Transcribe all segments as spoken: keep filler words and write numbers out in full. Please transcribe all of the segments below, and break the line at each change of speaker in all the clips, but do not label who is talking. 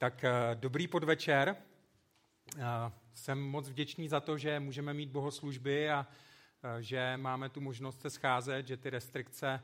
Tak dobrý podvečer. Jsem moc vděčný za to, že můžeme mít bohoslužby a že máme tu možnost se scházet, že ty restrikce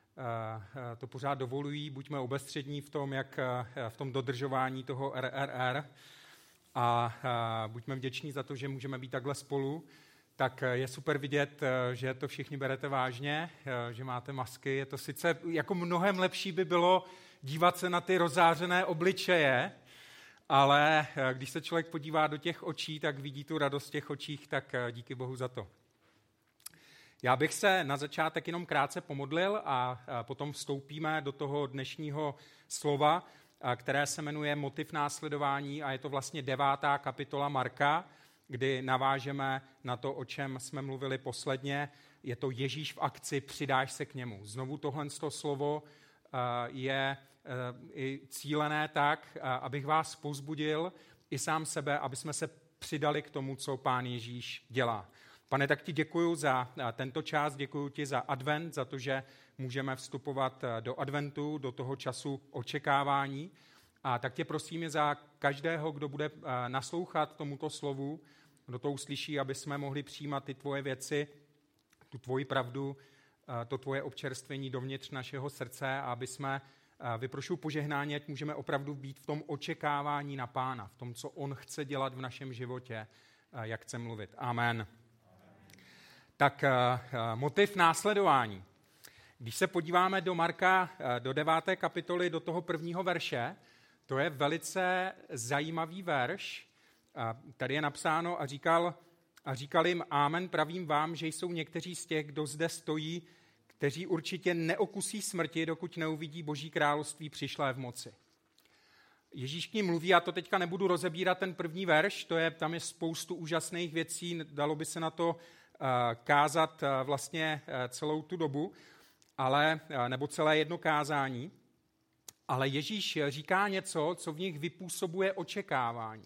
to pořád dovolují. Buďme obezřední v tom, jak v tom dodržování toho R R R a buďme vděční za to, že můžeme být takhle spolu. Tak je super vidět, že to všichni berete vážně, že máte masky. Je to sice jako mnohem lepší by bylo dívat se na ty rozářené obličeje, ale když se člověk podívá do těch očí, tak vidí tu radost v těch očích, tak díky Bohu za to. Já bych se na začátek jenom krátce pomodlil a potom vstoupíme do toho dnešního slova, které se jmenuje Motiv následování a je to vlastně devátá kapitola Marka, kdy navážeme na to, o čem jsme mluvili posledně. Je to Ježíš v akci, přidáš se k němu. Znovu tohle slovo je i cílené tak, abych vás povzbudil i sám sebe, aby jsme se přidali k tomu, co Pán Ježíš dělá. Pane, tak ti děkuju za tento čas, děkuju ti za advent, za to, že můžeme vstupovat do adventu, do toho času očekávání. A tak tě prosím za každého, kdo bude naslouchat tomuto slovu, kdo to uslyší, aby jsme mohli přijímat ty tvoje věci, tu tvoji pravdu, to tvoje občerstvení dovnitř našeho srdce a aby jsme, vyprošuji požehnání, ať můžeme opravdu být v tom očekávání na Pána, v tom, co on chce dělat v našem životě, jak chce mluvit. Amen. Tak motiv následování. Když se podíváme do Marka, do deváté kapitoly, do toho prvního verše, to je velice zajímavý verš. Tady je napsáno a říkal, a říkal jim, amen, pravím vám, že jsou někteří z těch, kdo zde stojí, kteří určitě neokusí smrti, dokud neuvidí Boží království přišlé v moci. Ježíš k ním mluví, já to teďka nebudu rozebírat ten první verš, to je, tam je spoustu úžasných věcí, dalo by se na to kázat vlastně celou tu dobu, ale, nebo celé jedno kázání, ale Ježíš říká něco, co v nich vypůsobuje očekávání.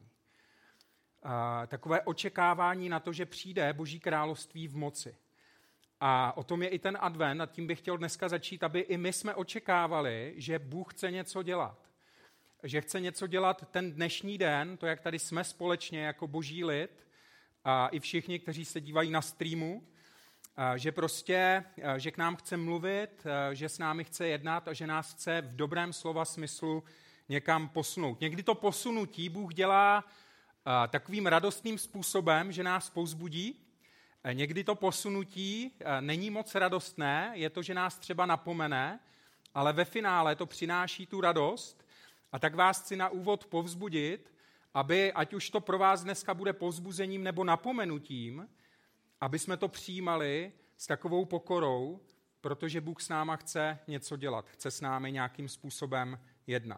Takové očekávání na to, že přijde Boží království v moci. A o tom je i ten advent, a tím bych chtěl dneska začít, aby i my jsme očekávali, že Bůh chce něco dělat. Že chce něco dělat ten dnešní den, to jak tady jsme společně jako boží lid, a i všichni, kteří se dívají na streamu, že prostě, že k nám chce mluvit, že s námi chce jednat a že nás chce v dobrém slova smyslu někam posunout. Někdy to posunutí Bůh dělá takovým radostným způsobem, že nás povzbudí. Někdy to posunutí není moc radostné, je to, že nás třeba napomene, ale ve finále to přináší tu radost. A tak vás chci na úvod povzbudit, aby, ať už to pro vás dneska bude povzbuzením nebo napomenutím, aby jsme to přijímali s takovou pokorou, protože Bůh s náma chce něco dělat, chce s námi nějakým způsobem jednat.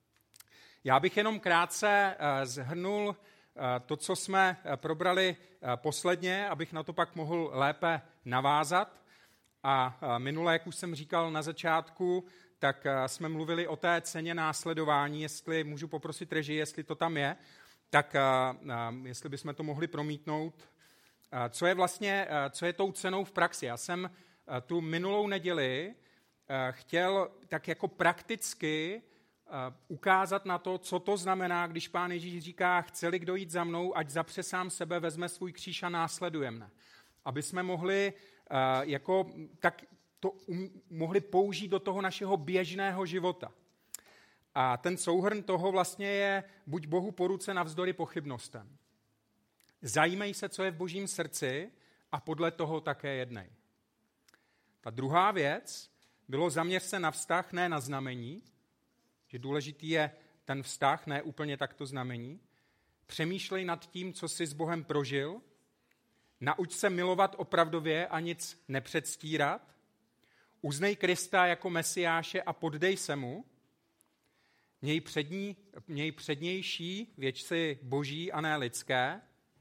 Já bych jenom krátce shrnul to, co jsme probrali posledně, abych na to pak mohl lépe navázat. A minule, jak už jsem říkal na začátku, tak jsme mluvili o té ceně následování, jestli můžu poprosit režii, jestli to tam je, tak jestli bychom to mohli promítnout. Co je vlastně, co je tou cenou v praxi? Já jsem tu minulou neděli chtěl tak jako prakticky ukázat na to, co to znamená, když Pán Ježíš říká, chce-li kdo jít za mnou, ať zapře sám sebe, vezme svůj kříž a následuje mne. Aby jsme mohli jako tak to um, mohli použít do toho našeho běžného života. A ten souhrn toho vlastně je buď Bohu po ruce navzdory pochybnostem. Zajímej se, co je v Božím srdci a podle toho také jednej. Ta druhá věc bylo zaměř se na vztah, ne na znamení, že důležitý je ten vztah, ne úplně takto znamení. Přemýšlej nad tím, co jsi s Bohem prožil. Nauč se milovat opravdově a nic nepředstírat. Uznej Krista jako Mesiáše a poddej se mu. Měj, přední, měj přednější věci boží a ne lidské.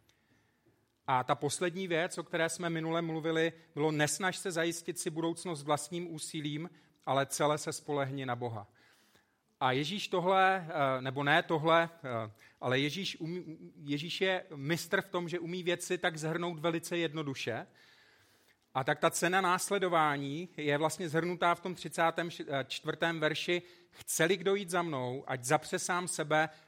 A ta poslední věc, o které jsme minule mluvili, bylo nesnaž se zajistit si budoucnost vlastním úsilím, ale celé se spolehni na Boha. A Ježíš tohle, nebo ne tohle, ale Ježíš, umí, Ježíš je mistr v tom, že umí věci tak zhrnout velice jednoduše. A tak ta cena následování je vlastně zhrnutá v tom třicátém čtvrtém verši. Chce-li kdo jít za mnou, ať zapře sám sebe,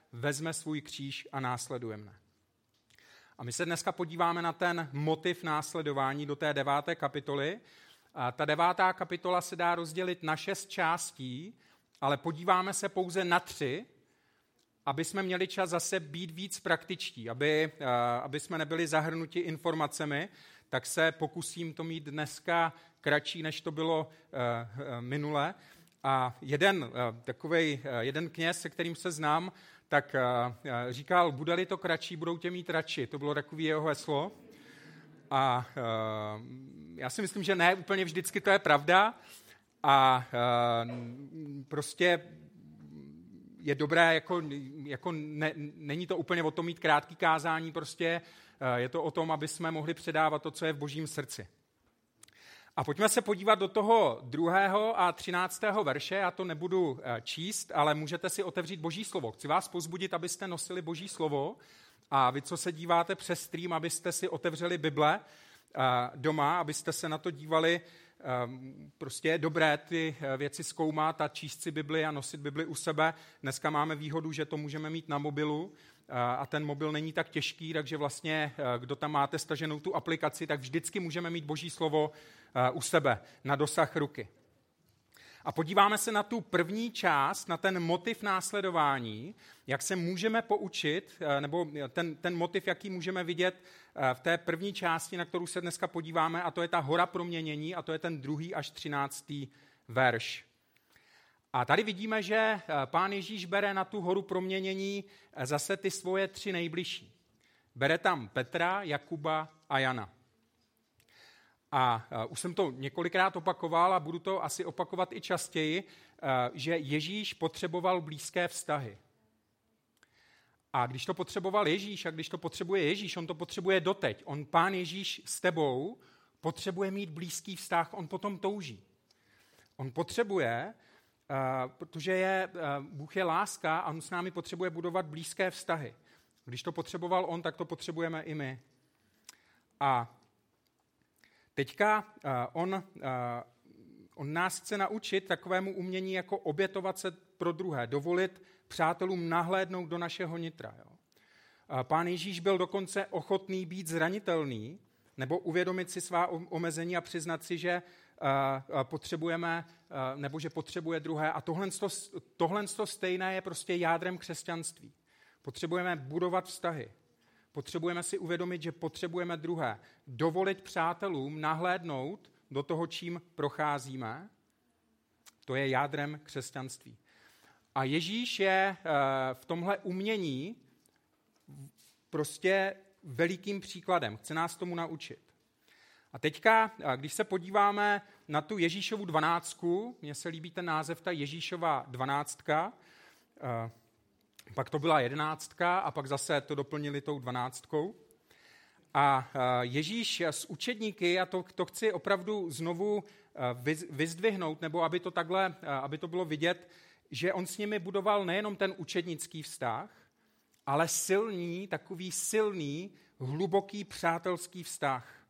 vezme svůj kříž a následuje mne. A my se dneska podíváme na ten motiv následování do té deváté kapitoly. A ta devátá kapitola se dá rozdělit na šest částí, ale podíváme se pouze na tři, aby jsme měli čas zase být víc praktičtí, aby, aby jsme nebyli zahrnuti informacemi, tak se pokusím to mít dneska kratší, než to bylo minule. A jeden takovej, jeden kněz, se kterým se znám, tak říkal, bude-li to kratší, budou tě mít radši. To bylo takové jeho heslo. A já si myslím, že ne úplně vždycky to je pravda. A prostě je dobré, jako, jako ne, není to úplně o tom mít krátký kázání, prostě je to o tom, aby jsme mohli předávat to, co je v Božím srdci. A pojďme se podívat do toho druhého a třináctého verše, já to nebudu číst, ale můžete si otevřít Boží slovo. Chci vás povzbudit, abyste nosili Boží slovo a vy, co se díváte přes stream, abyste si otevřeli Bible doma, abyste se na to dívali. Prostě je dobré ty věci zkoumat a číst si Bibli a nosit Bibli u sebe. Dneska máme výhodu, že to můžeme mít na mobilu a ten mobil není tak těžký, takže vlastně, kdo tam máte staženou tu aplikaci, tak vždycky můžeme mít Boží slovo u sebe, na dosah ruky. A podíváme se na tu první část, na ten motiv následování, jak se můžeme poučit, nebo ten, ten motiv, jaký můžeme vidět v té první části, na kterou se dneska podíváme, a to je ta hora proměnění, a to je ten druhý až třináctý verš. A tady vidíme, že Pán Ježíš bere na tu horu proměnění zase ty svoje tři nejbližší. Bere tam Petra, Jakuba a Jana. A už jsem to několikrát opakoval a budu to asi opakovat i častěji, že Ježíš potřeboval blízké vztahy. A když to potřeboval Ježíš a když to potřebuje Ježíš, on to potřebuje doteď. On, Pán Ježíš s tebou, potřebuje mít blízký vztah, on potom touží. On potřebuje, protože je, Bůh je láska a on s námi potřebuje budovat blízké vztahy. Když to potřeboval on, tak to potřebujeme i my. A teďka uh, on, uh, on nás chce naučit takovému umění jako obětovat se pro druhé, dovolit přátelům nahlédnout do našeho nitra. Jo. Uh, Pán Ježíš byl dokonce ochotný být zranitelný nebo uvědomit si svá omezení a přiznat si, že uh, potřebujeme, uh, nebo že potřebuje druhé. A tohle, tohle stejné je prostě jádrem křesťanství. Potřebujeme budovat vztahy. Potřebujeme si uvědomit, že potřebujeme druhé. Dovolit přátelům nahlédnout do toho, čím procházíme. To je jádrem křesťanství. A Ježíš je v tomhle umění prostě velikým příkladem. Chce nás tomu naučit. A teďka, když se podíváme na tu Ježíšovu dvanáctku, mně se líbí ten název, ta Ježíšova dvanáctka, pak to byla jedenáctka a pak zase to doplnili tou dvanáctkou. A Ježíš s učedníky, a to, to chci opravdu znovu vyzdvihnout, nebo aby to takhle, aby to bylo vidět, že on s nimi budoval nejenom ten učednický vztah, ale silný, takový silný, hluboký přátelský vztah.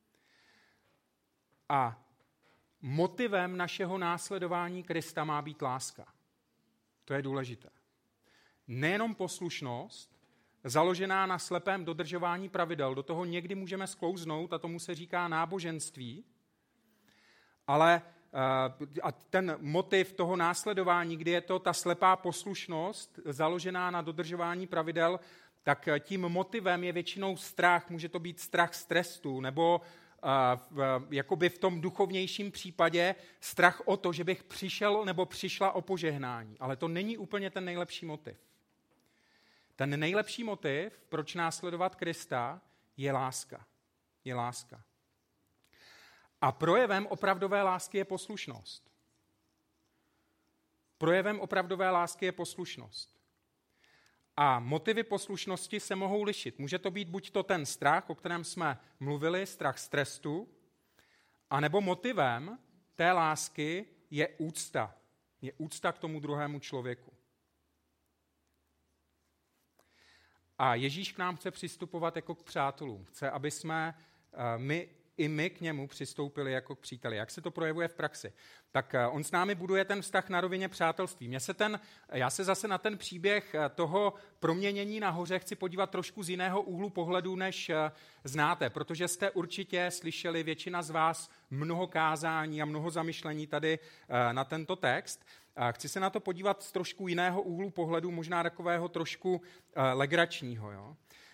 A motivem našeho následování Krista má být láska. To je důležité. Nejenom poslušnost, založená na slepém dodržování pravidel, do toho někdy můžeme sklouznout a tomu se říká náboženství, ale a ten motiv toho následování, kdy je to ta slepá poslušnost, založená na dodržování pravidel, tak tím motivem je většinou strach, může to být strach z trestu, nebo v, jakoby v tom duchovnějším případě strach o to, že bych přišel nebo přišla o požehnání. Ale to není úplně ten nejlepší motiv. Ten nejlepší motiv, proč následovat Krista, je láska. Je láska. A projevem opravdové lásky je poslušnost. Projevem opravdové lásky je poslušnost. A motivy poslušnosti se mohou lišit. Může to být buď to ten strach, o kterém jsme mluvili, strach z trestu, anebo motivem té lásky je úcta. Je úcta k tomu druhému člověku. A Ježíš k nám chce přistupovat jako k přátelům. Chce, aby jsme my i my k němu přistoupili jako k příteli. Jak se to projevuje v praxi? Tak on s námi buduje ten vztah na rovině přátelství. Mě se ten, já se zase na ten příběh toho proměnění nahoře chci podívat trošku z jiného úhlu pohledu, než znáte, protože jste určitě slyšeli, většina z vás, mnoho kázání a mnoho zamyšlení tady na tento text. Chci se na to podívat z trošku jiného úhlu pohledu, možná takového trošku legračního. Jo?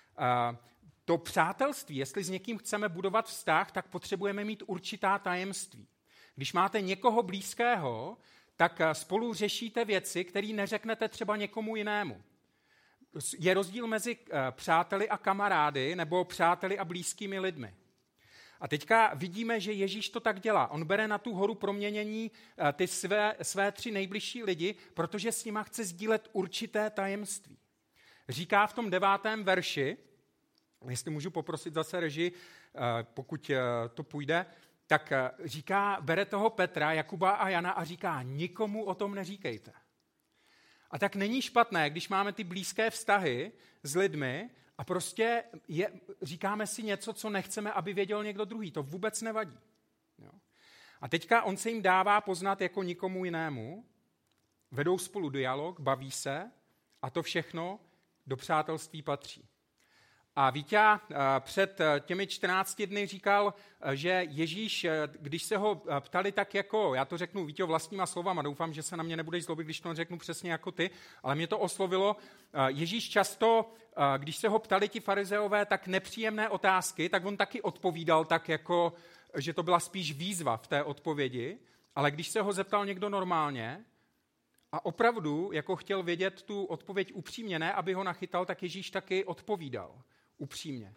To přátelství, jestli s někým chceme budovat vztah, tak potřebujeme mít určitá tajemství. Když máte někoho blízkého, tak spolu řešíte věci, které neřeknete třeba někomu jinému. Je rozdíl mezi přáteli a kamarády nebo přáteli a blízkými lidmi. A teďka vidíme, že Ježíš to tak dělá. On bere na tu horu proměnění ty své, své tři nejbližší lidi, protože s nima chce sdílet určité tajemství. Říká v tom devátém verši, jestli můžu poprosit zase režii, pokud to půjde, tak říká, bere toho Petra, Jakuba a Jana a říká, nikomu o tom neříkejte. A tak není špatné, když máme ty blízké vztahy s lidmi a prostě je, říkáme si něco, co nechceme, aby věděl někdo druhý. To vůbec nevadí. Jo. A teďka on se jim dává poznat jako nikomu jinému, vedou spolu dialog, baví se a to všechno do přátelství patří. A Vítě před těmi čtrnácti dny říkal, že Ježíš, když se ho ptali tak jako, já to řeknu Vítě vlastníma slovama, doufám, že se na mě nebudeš zlobit, když to řeknu přesně jako ty, ale mě to oslovilo. Ježíš často, když se ho ptali ti farizeové tak nepříjemné otázky, tak on taky odpovídal tak jako, že to byla spíš výzva v té odpovědi, ale když se ho zeptal někdo normálně a opravdu jako chtěl vědět tu odpověď upřímně, ne aby ho nachytal, tak Ježíš taky odpovídal. Upřímně.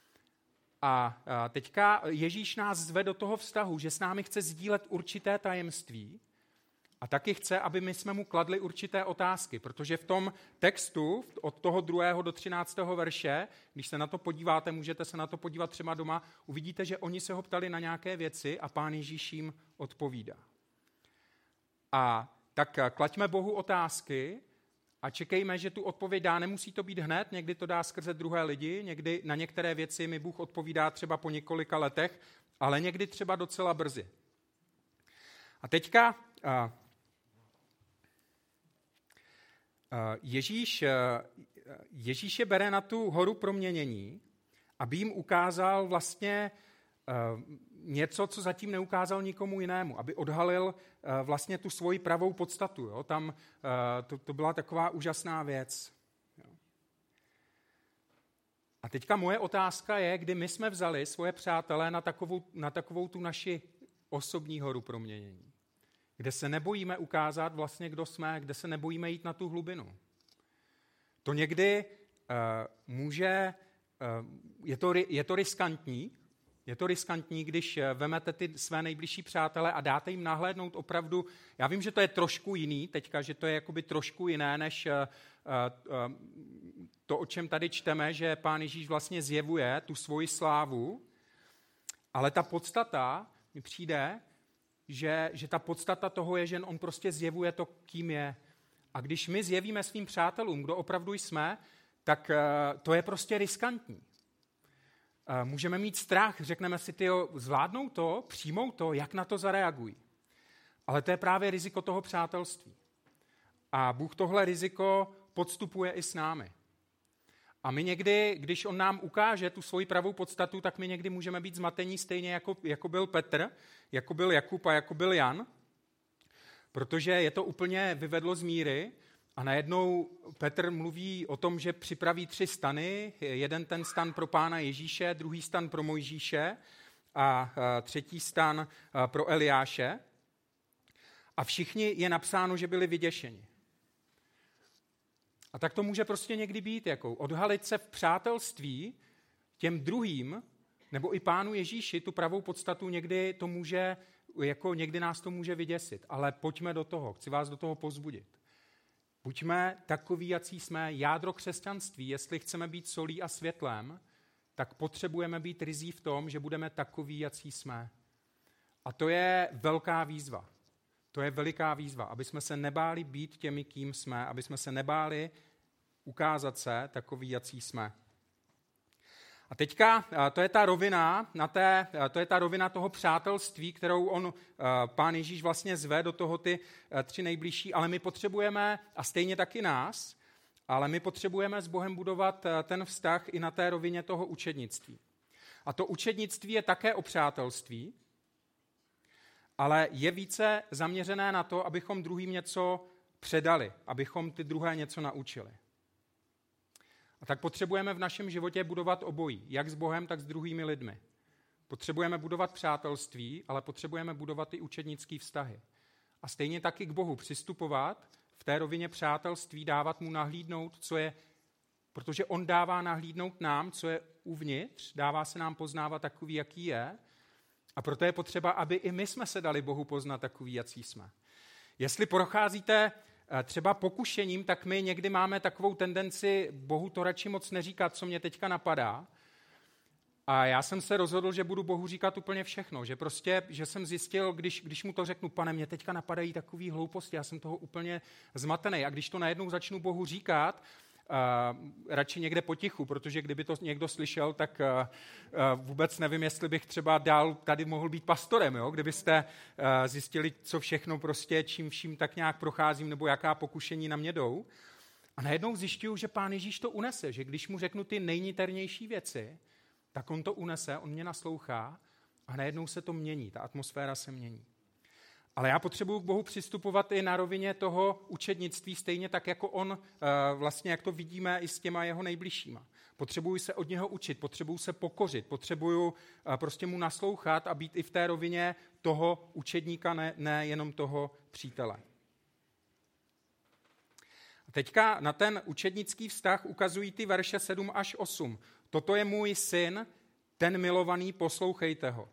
A teďka Ježíš nás zve do toho vztahu, že s námi chce sdílet určité tajemství a taky chce, aby my jsme mu kladli určité otázky, protože v tom textu od toho druhého do třináctého verše, když se na to podíváte, můžete se na to podívat třeba doma, uvidíte, že oni se ho ptali na nějaké věci a Pán Ježíš jim odpovídá. A tak klaďme Bohu otázky, a čekejme, že tu odpověď dá, nemusí to být hned, někdy to dá skrze druhé lidi, někdy na některé věci mi Bůh odpovídá třeba po několika letech, ale někdy třeba docela brzy. A teďka uh, uh, Ježíš, uh, Ježíš je bere na tu horu proměnění, aby jim ukázal vlastně uh, něco, co zatím neukázal nikomu jinému, aby odhalil uh, vlastně tu svoji pravou podstatu. Jo? Tam uh, to, to byla taková úžasná věc. Jo? A teďka moje otázka je, kdy my jsme vzali svoje přátelé na takovou, na takovou tu naši osobní horu proměnění, kde se nebojíme ukázat vlastně, kdo jsme, kde se nebojíme jít na tu hlubinu. To někdy uh, může, uh, je, to, je to riskantní, Je to riskantní, když vemete ty své nejbližší přátele a dáte jim nahlédnout opravdu, já vím, že to je trošku jiný teďka, že to je jakoby trošku jiné, než to, o čem tady čteme, že Pán Ježíš vlastně zjevuje tu svoji slávu, ale ta podstata mi přijde, že, že ta podstata toho je, že on prostě zjevuje to, kým je. A když my zjevíme svým přátelům, kdo opravdu jsme, tak to je prostě riskantní. Můžeme mít strach, řekneme si, tyjo, zvládnou to, přijmou to, jak na to zareagují. Ale to je právě riziko toho přátelství. A Bůh tohle riziko podstupuje i s námi. A my někdy, když on nám ukáže tu svoji pravou podstatu, tak my někdy můžeme být zmatení stejně jako, jako byl Petr, jako byl Jakub a jako byl Jan, protože je to úplně vyvedlo z míry. A najednou Petr mluví o tom, že připraví tři stany, jeden ten stan pro Pána Ježíše, druhý stan pro Mojžíše a třetí stan pro Eliáše. A všichni je napsáno, že byli vyděšeni. A tak to může prostě někdy být, jako odhalit se v přátelství těm druhým, nebo i Pánu Ježíši, tu pravou podstatu, někdy to může, jako někdy nás to může vyděsit. Ale pojďme do toho, chci vás do toho povzbudit. Buďme takoví, jací jsme. Jádro křesťanství, jestli chceme být solí a světlem, tak potřebujeme být ryzí v tom, že budeme takoví, jací jsme. A to je velká výzva. To je veliká výzva, aby jsme se nebáli být těmi, kým jsme, aby jsme se nebáli ukázat se takoví, jací jsme. A teďka to je ta rovina, na té, to je ta rovina toho přátelství, kterou on, Pán Ježíš vlastně zve do toho ty tři nejbližší, ale my potřebujeme, a stejně taky nás, ale my potřebujeme s Bohem budovat ten vztah i na té rovině toho učednictví. A to učednictví je také o přátelství, ale je více zaměřené na to, abychom druhým něco předali, abychom ty druhé něco naučili. A tak potřebujeme v našem životě budovat obojí, jak s Bohem, tak s druhými lidmi. Potřebujeme budovat přátelství, ale potřebujeme budovat i učednický vztahy. A stejně taky k Bohu přistupovat v té rovině přátelství, dávat mu nahlídnout, co je, protože on dává nahlídnout nám, co je uvnitř, dává se nám poznávat takový, jaký je, a proto je potřeba, aby i my jsme se dali Bohu poznat takový, jací jsme. Jestli procházíte třeba pokušením, tak my někdy máme takovou tendenci Bohu to radši moc neříkat, co mě teďka napadá. A já jsem se rozhodl, že budu Bohu říkat úplně všechno, že prostě, že jsem zjistil, když, když mu to řeknu, pane, mě teďka napadají takový hlouposti, já jsem toho úplně zmatený. A když to najednou začnu Bohu říkat, Uh, radši někde potichu, protože kdyby to někdo slyšel, tak uh, uh, vůbec nevím, jestli bych třeba dál tady mohl být pastorem, jo? Kdybyste uh, zjistili, co všechno prostě, čím vším tak nějak procházím, nebo jaká pokušení na mě jdou. A najednou zjišťuju, že Pán Ježíš to unese, že když mu řeknu ty nejniternější věci, tak on to unese, on mě naslouchá a najednou se to mění, ta atmosféra se mění. Ale já potřebuji k Bohu přistupovat i na rovině toho učednictví, stejně tak, jako on, vlastně jak to vidíme i s těma jeho nejbližšíma. Potřebuji se od něho učit, potřebuji se pokořit, potřebuji prostě mu naslouchat a být i v té rovině toho učedníka, ne, ne jenom toho přítele. A teďka na ten učednický vztah ukazují ty verše sedm až osm. Toto je můj syn, ten milovaný, poslouchejte ho.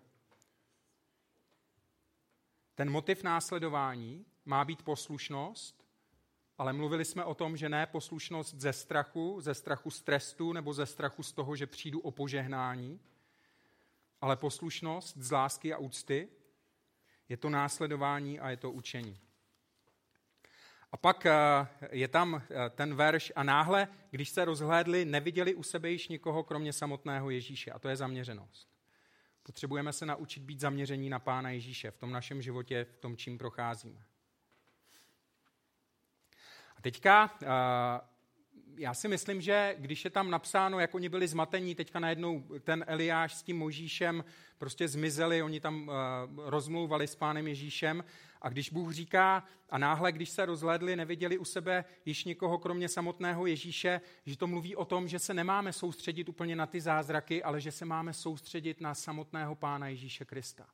Ten motiv následování má být poslušnost, ale mluvili jsme o tom, že ne poslušnost ze strachu, ze strachu z trestu nebo ze strachu z toho, že přijdu o požehnání, ale poslušnost z lásky a úcty. Je to následování a je to učení. A pak je tam ten verš a náhle, když se rozhlédli, neviděli u sebe již nikoho, kromě samotného Ježíše. A to je zaměřenost. Potřebujeme se naučit být zaměření na Pána Ježíše v tom našem životě, v tom, čím procházíme. A teďka já si myslím, že když je tam napsáno, jak oni byli zmatení, teďka najednou ten Eliáš s tím Mojžíšem prostě zmizeli, oni tam rozmlouvali s Pánem Ježíšem a když Bůh říká a náhle, když se rozhlédli, neviděli u sebe již nikoho, kromě samotného Ježíše, že to mluví o tom, že se nemáme soustředit úplně na ty zázraky, ale že se máme soustředit na samotného Pána Ježíše Krista.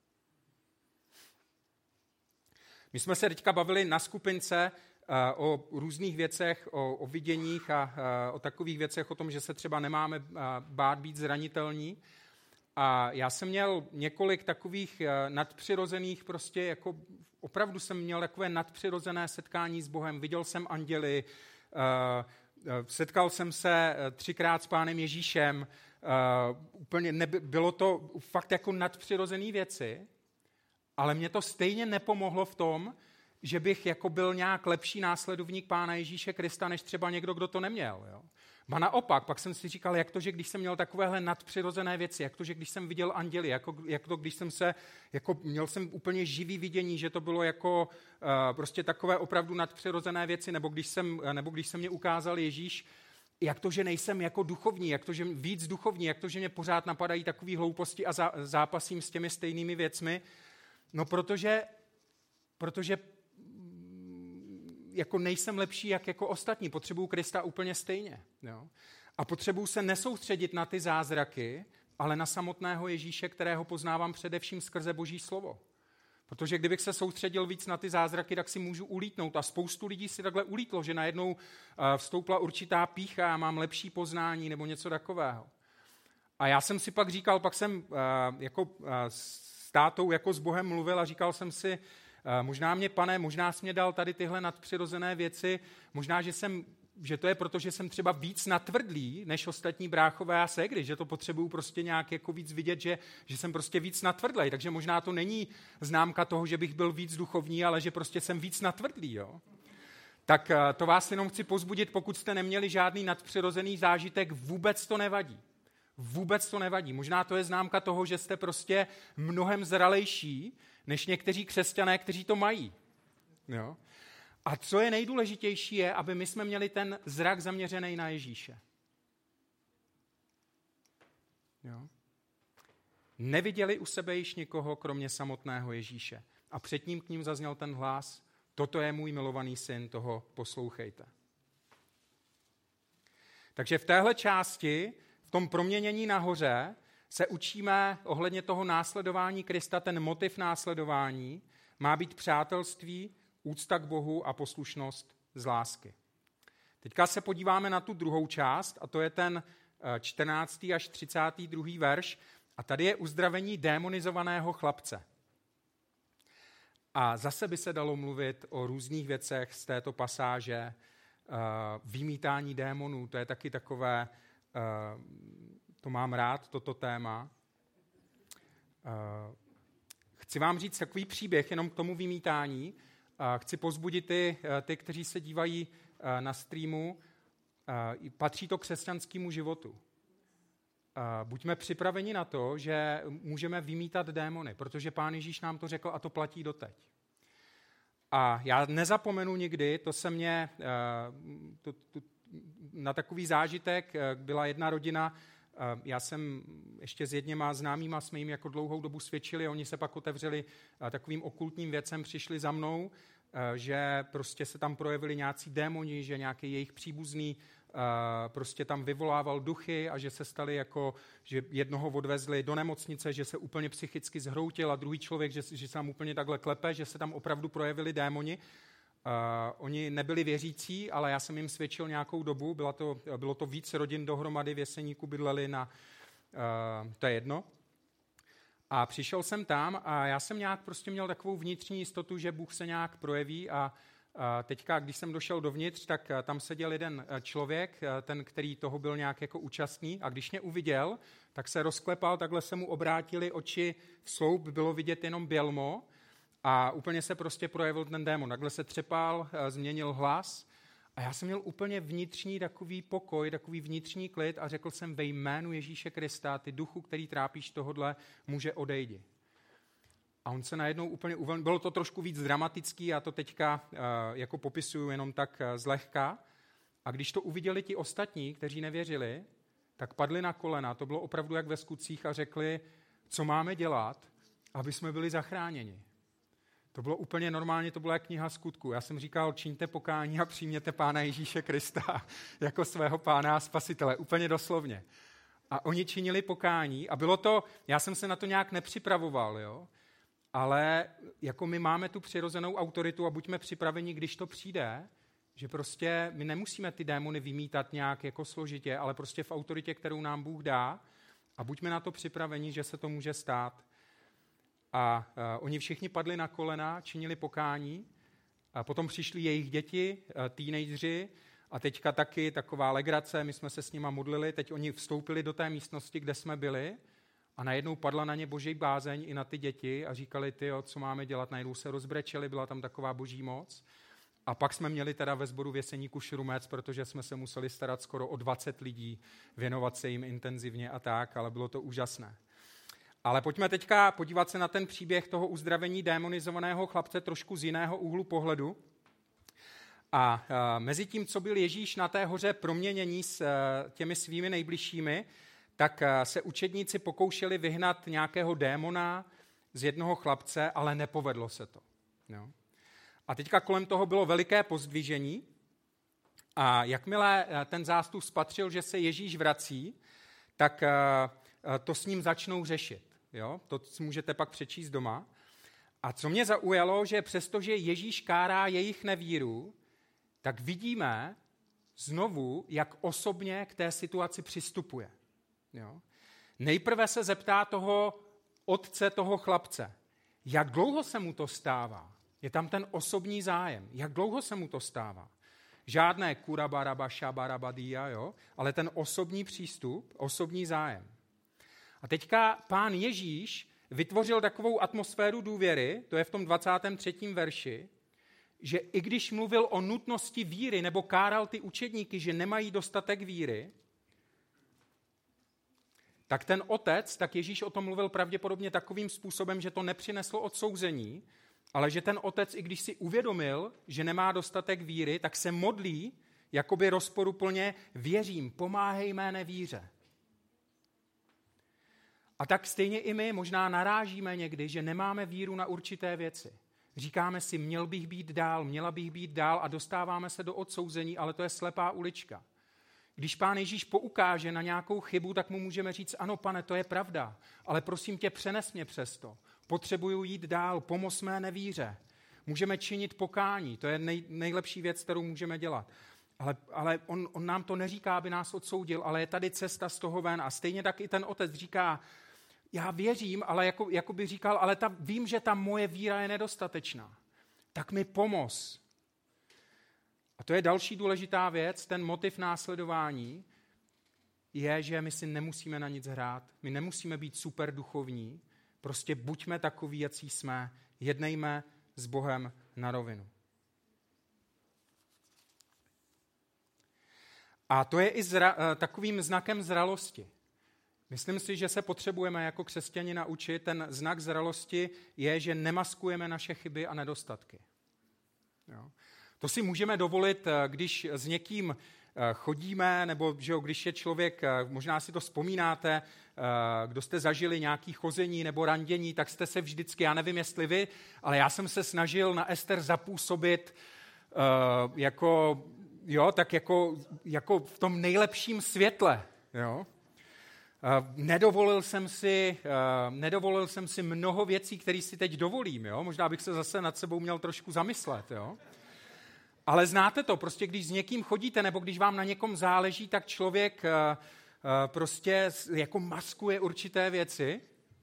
My jsme se teďka bavili na skupince o různých věcech, o, o viděních a o takových věcech, o tom, že se třeba nemáme bát být zranitelní. A já jsem měl několik takových nadpřirozených, prostě jako opravdu jsem měl takové nadpřirozené setkání s Bohem. Viděl jsem anděly, setkal jsem se třikrát s Pánem Ježíšem, úplně neby, bylo to fakt jako nadpřirozené věci, ale mě to stejně nepomohlo v tom, že bych jako byl nějak lepší následovník Pána Ježíše Krista, než třeba někdo, kdo to neměl. Jo? Ba naopak, pak jsem si říkal, jak to, že když jsem měl takovéhle nadpřirozené věci, jak to, že když jsem viděl anděly, jako, jak to, když jsem se, jako měl jsem úplně živý vidění, že to bylo jako uh, prostě takové opravdu nadpřirozené věci, nebo když jsem, nebo když jsem mě ukázal Ježíš, jak to, že nejsem jako duchovní, jak to, že víc duchovní, jak to, že mě pořád napadají takové hlouposti a zá, zápasím s těmi stejnými věcmi. No protože, protože jako nejsem lepší jak jako ostatní, potřebuju Krista úplně stejně. Jo? A potřebuju se nesoustředit na ty zázraky, ale na samotného Ježíše, kterého poznávám především skrze Boží slovo. Protože kdybych se soustředil víc na ty zázraky, tak si můžu ulítnout. A spoustu lidí si takhle ulítlo, že najednou vstoupila určitá pýcha a mám lepší poznání nebo něco takového. A já jsem si pak říkal, pak jsem jako s tátou jako s Bohem mluvil a říkal jsem si, možná mě, Pane, možná jsi mě dal tady tyhle nadpřirozené věci, možná, že, jsem, že to je proto, že jsem třeba víc natvrdlý než ostatní bráchové a ségry, že to potřebuju prostě nějak jako víc vidět, že, že jsem prostě víc natvrdlej, takže možná to není známka toho, že bych byl víc duchovní, ale že prostě jsem víc natvrdlý, jo. Tak to vás jenom chci pozbudit, pokud jste neměli žádný nadpřirozený zážitek, vůbec to nevadí. Vůbec to nevadí. Možná to je známka toho, že jste prostě mnohem zralejší než někteří křesťané, kteří to mají. Jo? A co je nejdůležitější je, aby my jsme měli ten zrak zaměřený na Ježíše. Jo? Neviděli u sebe již nikoho, kromě samotného Ježíše. A před ním k ním zazněl ten hlas, toto je můj milovaný syn, toho poslouchejte. Takže v téhle části, v tom proměnění nahoře, se učíme ohledně toho následování Krista, ten motiv následování má být přátelství, úcta k Bohu a poslušnost z lásky. Teďka se podíváme na tu druhou část, a to je ten čtrnáctý až třicátý druhý verš, a tady je uzdravení démonizovaného chlapce. A zase by se dalo mluvit o různých věcech z této pasáže. Vymítání démonů, to je taky takové, to mám rád, toto téma. Chci vám říct takový příběh jenom k tomu vymítání. Chci povzbudit ty, ty, kteří se dívají na streamu. Patří to křesťanskému životu. Buďme připraveni na to, že můžeme vymítat démony, protože Pán Ježíš nám to řekl a to platí doteď. A já nezapomenu nikdy, to se mě, to, to, na takový zážitek byla jedna rodina, já jsem ještě s jedněma známýma, jsme jim jako dlouhou dobu svědčili, oni se pak otevřeli takovým okultním věcem, přišli za mnou, že prostě se tam projevili nějací démoni, že nějaký jejich příbuzný prostě tam vyvolával duchy a že se stali jako, že jednoho odvezli do nemocnice, že se úplně psychicky zhroutil a druhý člověk, že, že se tam úplně takhle klepe, že se tam opravdu projevili démoni. Uh, oni nebyli věřící, ale já jsem jim svědčil nějakou dobu, bylo to, bylo to víc rodin dohromady v Jeseníku, bydleli na, uh, to je jedno. A přišel jsem tam a já jsem nějak prostě měl takovou vnitřní jistotu, že Bůh se nějak projeví a uh, teďka, když jsem došel dovnitř, tak uh, tam seděl jeden člověk, uh, ten, který toho byl nějak jako účastný a když mě uviděl, tak se rozklepal, takhle se mu obrátili oči v sloup, bylo vidět jenom bělmo, a úplně se prostě projevil ten démon. Takhle se třepal, změnil hlas a já jsem měl úplně vnitřní takový pokoj, takový vnitřní klid a řekl jsem ve jménu Ježíše Krista, ty duchu, který trápíš tohodle, může odejdi. A on se najednou úplně uvolnil. Bylo to trošku víc dramatický, já to teďka uh, jako popisuju jenom tak uh, zlehka. A když to uviděli ti ostatní, kteří nevěřili, tak padli na kolena, to bylo opravdu jak ve skutcích a řekli, co máme dělat, aby jsme byli zachráněni. To bylo úplně normálně, to byla kniha Skutků. Já jsem říkal, čiňte pokání a přijměte Pána Ježíše Krista jako svého Pána a Spasitele, úplně doslovně. A oni činili pokání a bylo to, já jsem se na to nějak nepřipravoval, jo? Ale jako my máme tu přirozenou autoritu a buďme připraveni, když to přijde, že prostě my nemusíme ty démony vymítat nějak jako složitě, ale prostě v autoritě, kterou nám Bůh dá a buďme na to připraveni, že se to může stát. A uh, oni všichni padli na kolena, činili pokání, a potom přišli jejich děti, uh, teenageři, a teďka taky taková legrace, my jsme se s nima modlili, teď oni vstoupili do té místnosti, kde jsme byli, a najednou padla na ně boží bázeň i na ty děti a říkali, tyjo, co máme dělat, najednou se rozbrečeli, byla tam taková boží moc. A pak jsme měli teda ve sboru v Jeseníku šrumec, protože jsme se museli starat skoro o dvacet lidí, věnovat se jim intenzivně a tak, ale bylo to úžasné. Ale pojďme teďka podívat se na ten příběh toho uzdravení démonizovaného chlapce trošku z jiného úhlu pohledu. A mezi tím, co byl Ježíš na té hoře proměnění s těmi svými nejbližšími, tak se učedníci pokoušeli vyhnat nějakého démona z jednoho chlapce, ale nepovedlo se to. Jo. A teďka kolem toho bylo veliké pozdvižení a jakmile ten zástup spatřil, že se Ježíš vrací, tak to s ním začnou řešit. Jo? To můžete pak přečíst doma. A co mě zaujalo, že přestože Ježíš kárá jejich nevíru, tak vidíme znovu, jak osobně k té situaci přistupuje. Jo? Nejprve se zeptá toho otce toho chlapce, jak dlouho se mu to stává. Je tam ten osobní zájem. Jak dlouho se mu to stává? Žádné kurabaraba, šabarabadia, jo? Ale ten osobní přístup, osobní zájem. A teďka Pán Ježíš vytvořil takovou atmosféru důvěry, to je v tom dvacátém třetím verši, že i když mluvil o nutnosti víry nebo káral ty učedníky, že nemají dostatek víry, tak ten otec, tak Ježíš o tom mluvil pravděpodobně takovým způsobem, že to nepřineslo odsouzení, ale že ten otec, i když si uvědomil, že nemá dostatek víry, tak se modlí, jakoby rozporuplně, věřím, pomáhej mé nevíře. A tak stejně i my možná narážíme někdy, že nemáme víru na určité věci. Říkáme si, měl bych být dál, měla bych být dál a dostáváme se do odsouzení, ale to je slepá ulička. Když Pán Ježíš poukáže na nějakou chybu, tak mu můžeme říct, ano, pane, to je pravda, ale prosím tě, přenes mě přes to. Potřebuju jít dál, pomoz mé nevíře. Můžeme činit pokání, to je nej, nejlepší věc, kterou můžeme dělat. Ale, ale on, on nám to neříká, aby nás odsoudil, ale je tady cesta z toho ven. A stejně tak i ten otec říká, já věřím, ale jako, jako by říkal, ale ta, vím, že ta moje víra je nedostatečná. Tak mi pomoz. A to je další důležitá věc, ten motiv následování je, že my si nemusíme na nic hrát, my nemusíme být super duchovní, prostě buďme takoví, jací jsme, jednejme s Bohem na rovinu. A to je i zra, takovým znakem zralosti. Myslím si, že se potřebujeme jako křesťani naučit. Ten znak zralosti je, že nemaskujeme naše chyby a nedostatky. Jo. To si můžeme dovolit, když s někým chodíme, nebo že když je člověk, možná si to vzpomínáte, kdo jste zažili nějaké chození nebo randění, tak jste se vždycky, já nevím, jestli vy, ale já jsem se snažil na Ester zapůsobit jako, jo, tak jako, jako v tom nejlepším světle, jo. Nedovolil jsem si, nedovolil jsem si mnoho věcí, které si teď dovolím, jo. Možná bych se zase nad sebou měl trošku zamyslet, jo. Ale znáte to, prostě když s někým chodíte, nebo když vám na někom záleží, tak člověk prostě jako maskuje určité věci.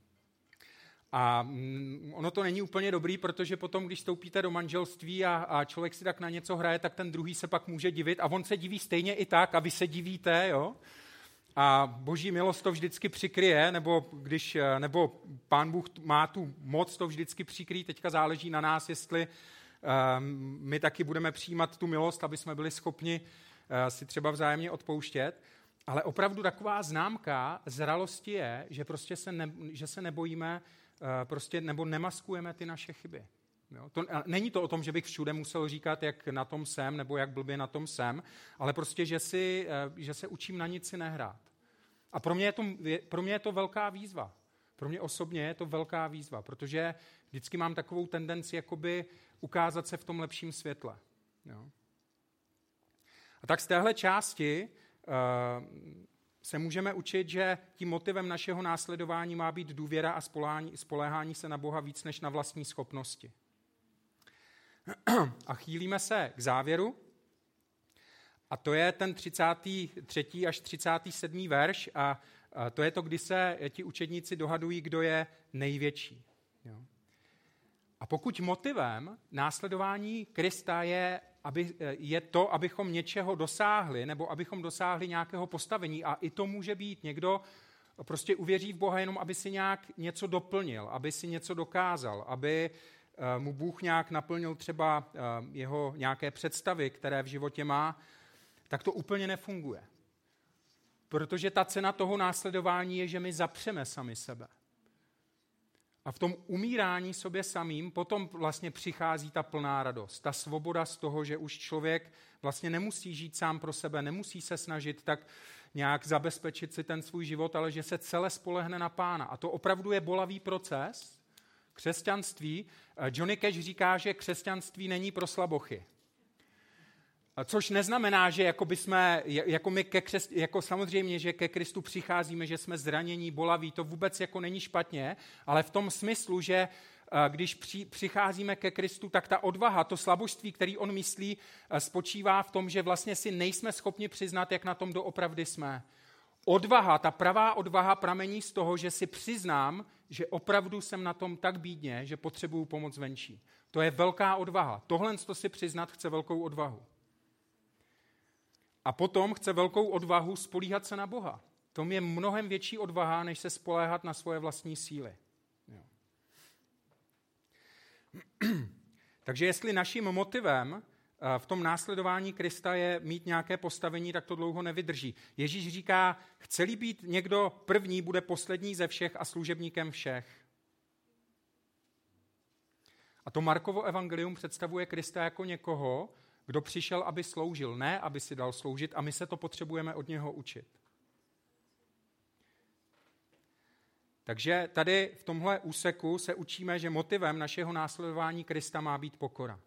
A ono to není úplně dobrý, protože potom, když vstoupíte do manželství a, a člověk si tak na něco hraje, tak ten druhý se pak může divit a on se diví stejně i tak a vy se divíte, jo. A boží milost to vždycky přikryje, nebo, když, nebo Pán Bůh má tu moc to vždycky přikrýt, teďka záleží na nás, jestli my taky budeme přijímat tu milost, aby jsme byli schopni si třeba vzájemně odpouštět. Ale opravdu taková známka zralosti je, že prostě se, ne, že se nebojíme prostě, nebo nemaskujeme ty naše chyby. Jo? To, není to o tom, že bych všude musel říkat, jak na tom jsem, nebo jak blbě na tom jsem, ale prostě, že, si, že se učím na nic si nehrát. A pro mě, je to, pro mě je to velká výzva. Pro mě osobně je to velká výzva, protože vždycky mám takovou tendenci jakoby ukázat se v tom lepším světle. Jo. A tak z téhle části uh, se můžeme učit, že tím motivem našeho následování má být důvěra a spoléhání, spoléhání se na Boha víc než na vlastní schopnosti. A chýlíme se k závěru. A to je ten třicátý třetí až třicátý sedmý verš a to je to, kdy se ti učedníci dohadují, kdo je největší. Jo. A pokud motivem následování Krista je, aby, je to, abychom něčeho dosáhli, nebo abychom dosáhli nějakého postavení, a i to může být někdo, prostě uvěří v Boha jenom, aby si nějak něco doplnil, aby si něco dokázal, aby mu Bůh nějak naplnil třeba jeho nějaké představy, které v životě má, tak to úplně nefunguje. Protože ta cena toho následování je, že my zapřeme sami sebe. A v tom umírání sobě samým potom vlastně přichází ta plná radost, ta svoboda z toho, že už člověk vlastně nemusí žít sám pro sebe, nemusí se snažit tak nějak zabezpečit si ten svůj život, ale že se celé spolehne na Pána. A to opravdu je bolavý proces. Křesťanství, Johnny Cash říká, že křesťanství není pro slabochy. Což neznamená, že jako, jsme, jako my ke křest, jako samozřejmě, že ke Kristu přicházíme, že jsme zranění, bolaví, to vůbec jako není špatně, ale v tom smyslu, že když při, přicházíme ke Kristu, tak ta odvaha, to slabožství, který on myslí, spočívá v tom, že vlastně si nejsme schopni přiznat, jak na tom doopravdy jsme. Odvaha, ta pravá odvaha pramení z toho, že si přiznám, že opravdu jsem na tom tak bídně, že potřebuju pomoc venčí. To je velká odvaha. Tohle to si přiznat chce velkou odvahu. A potom chce velkou odvahu spolíhat se na Boha. To je mnohem větší odvaha, než se spoléhat na svoje vlastní síly. Jo. Takže jestli naším motivem v tom následování Krista je mít nějaké postavení, tak to dlouho nevydrží. Ježíš říká, chce-li být někdo první, bude poslední ze všech a služebníkem všech. A to Markovo evangelium představuje Krista jako někoho, kdo přišel, aby sloužil, ne aby si dal sloužit, a my se to potřebujeme od něho učit. Takže tady v tomhle úseku se učíme, že motivem našeho následování Krista má být pokora.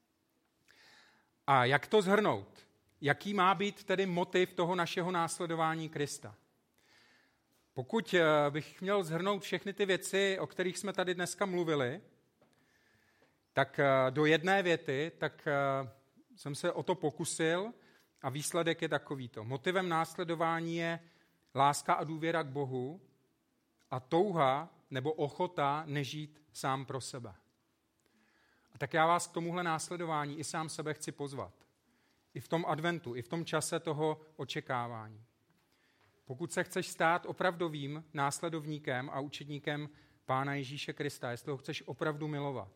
A jak to shrnout? Jaký má být tedy motiv toho našeho následování Krista? Pokud bych měl shrnout všechny ty věci, o kterých jsme tady dneska mluvili, tak do jedné věty, tak jsem se o to pokusil a výsledek je takovýto. Motivem následování je láska a důvěra k Bohu a touha nebo ochota nežít sám pro sebe. A tak já vás k tomuhle následování i sám sebe chci pozvat. I v tom adventu, i v tom čase toho očekávání. Pokud se chceš stát opravdovým následovníkem a učedníkem Pána Ježíše Krista, jestli ho chceš opravdu milovat,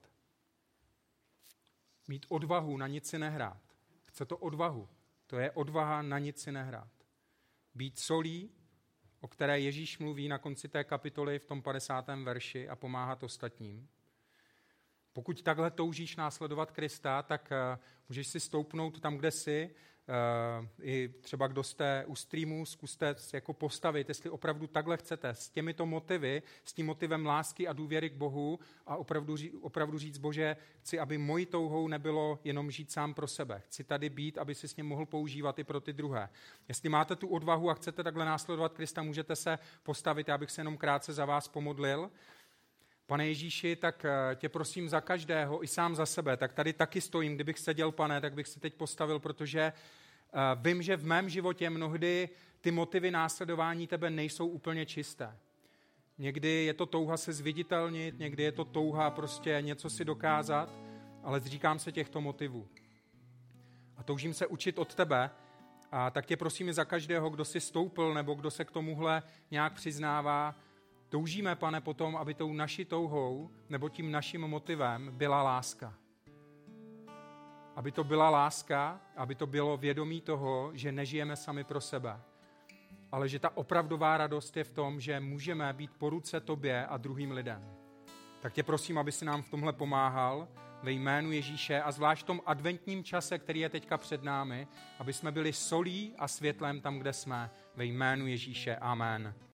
mít odvahu na nic si nehrát. Chce to odvahu. To je odvaha na nic si nehrát. Být solí, o které Ježíš mluví na konci té kapitoly v tom padesátém verši a pomáhat ostatním. Pokud takhle toužíš následovat Krista, tak uh, můžeš si stoupnout tam, kde jsi. Uh, I třeba kdo jste u streamu, zkuste jako postavit, jestli opravdu takhle chcete, s těmito motivy, s tím motivem lásky a důvěry k Bohu a opravdu, opravdu říct, Bože, chci, aby mojí touhou nebylo jenom žít sám pro sebe. Chci tady být, aby si s ním mohl používat i pro ty druhé. Jestli máte tu odvahu a chcete takhle následovat Krista, můžete se postavit, já bych se jenom krátce za vás pomodlil. Pane Ježíši, tak tě prosím za každého, i sám za sebe, tak tady taky stojím, kdybych seděl, Pane, tak bych se teď postavil, protože vím, že v mém životě mnohdy ty motivy následování tebe nejsou úplně čisté. Někdy je to touha se zviditelnit, někdy je to touha prostě něco si dokázat, ale zříkám se těchto motivů. A toužím se učit od tebe, a tak tě prosím i za každého, kdo si stoupil nebo kdo se k tomuhle nějak přiznává. Toužíme, Pane, potom, aby tou naší touhou nebo tím naším motivem byla láska. Aby to byla láska, aby to bylo vědomí toho, že nežijeme sami pro sebe, ale že ta opravdová radost je v tom, že můžeme být po ruce tobě a druhým lidem. Tak tě prosím, aby si nám v tomhle pomáhal ve jménu Ježíše a zvlášť v tom adventním čase, který je teďka před námi, aby jsme byli solí a světlem tam, kde jsme, ve jménu Ježíše. Amen.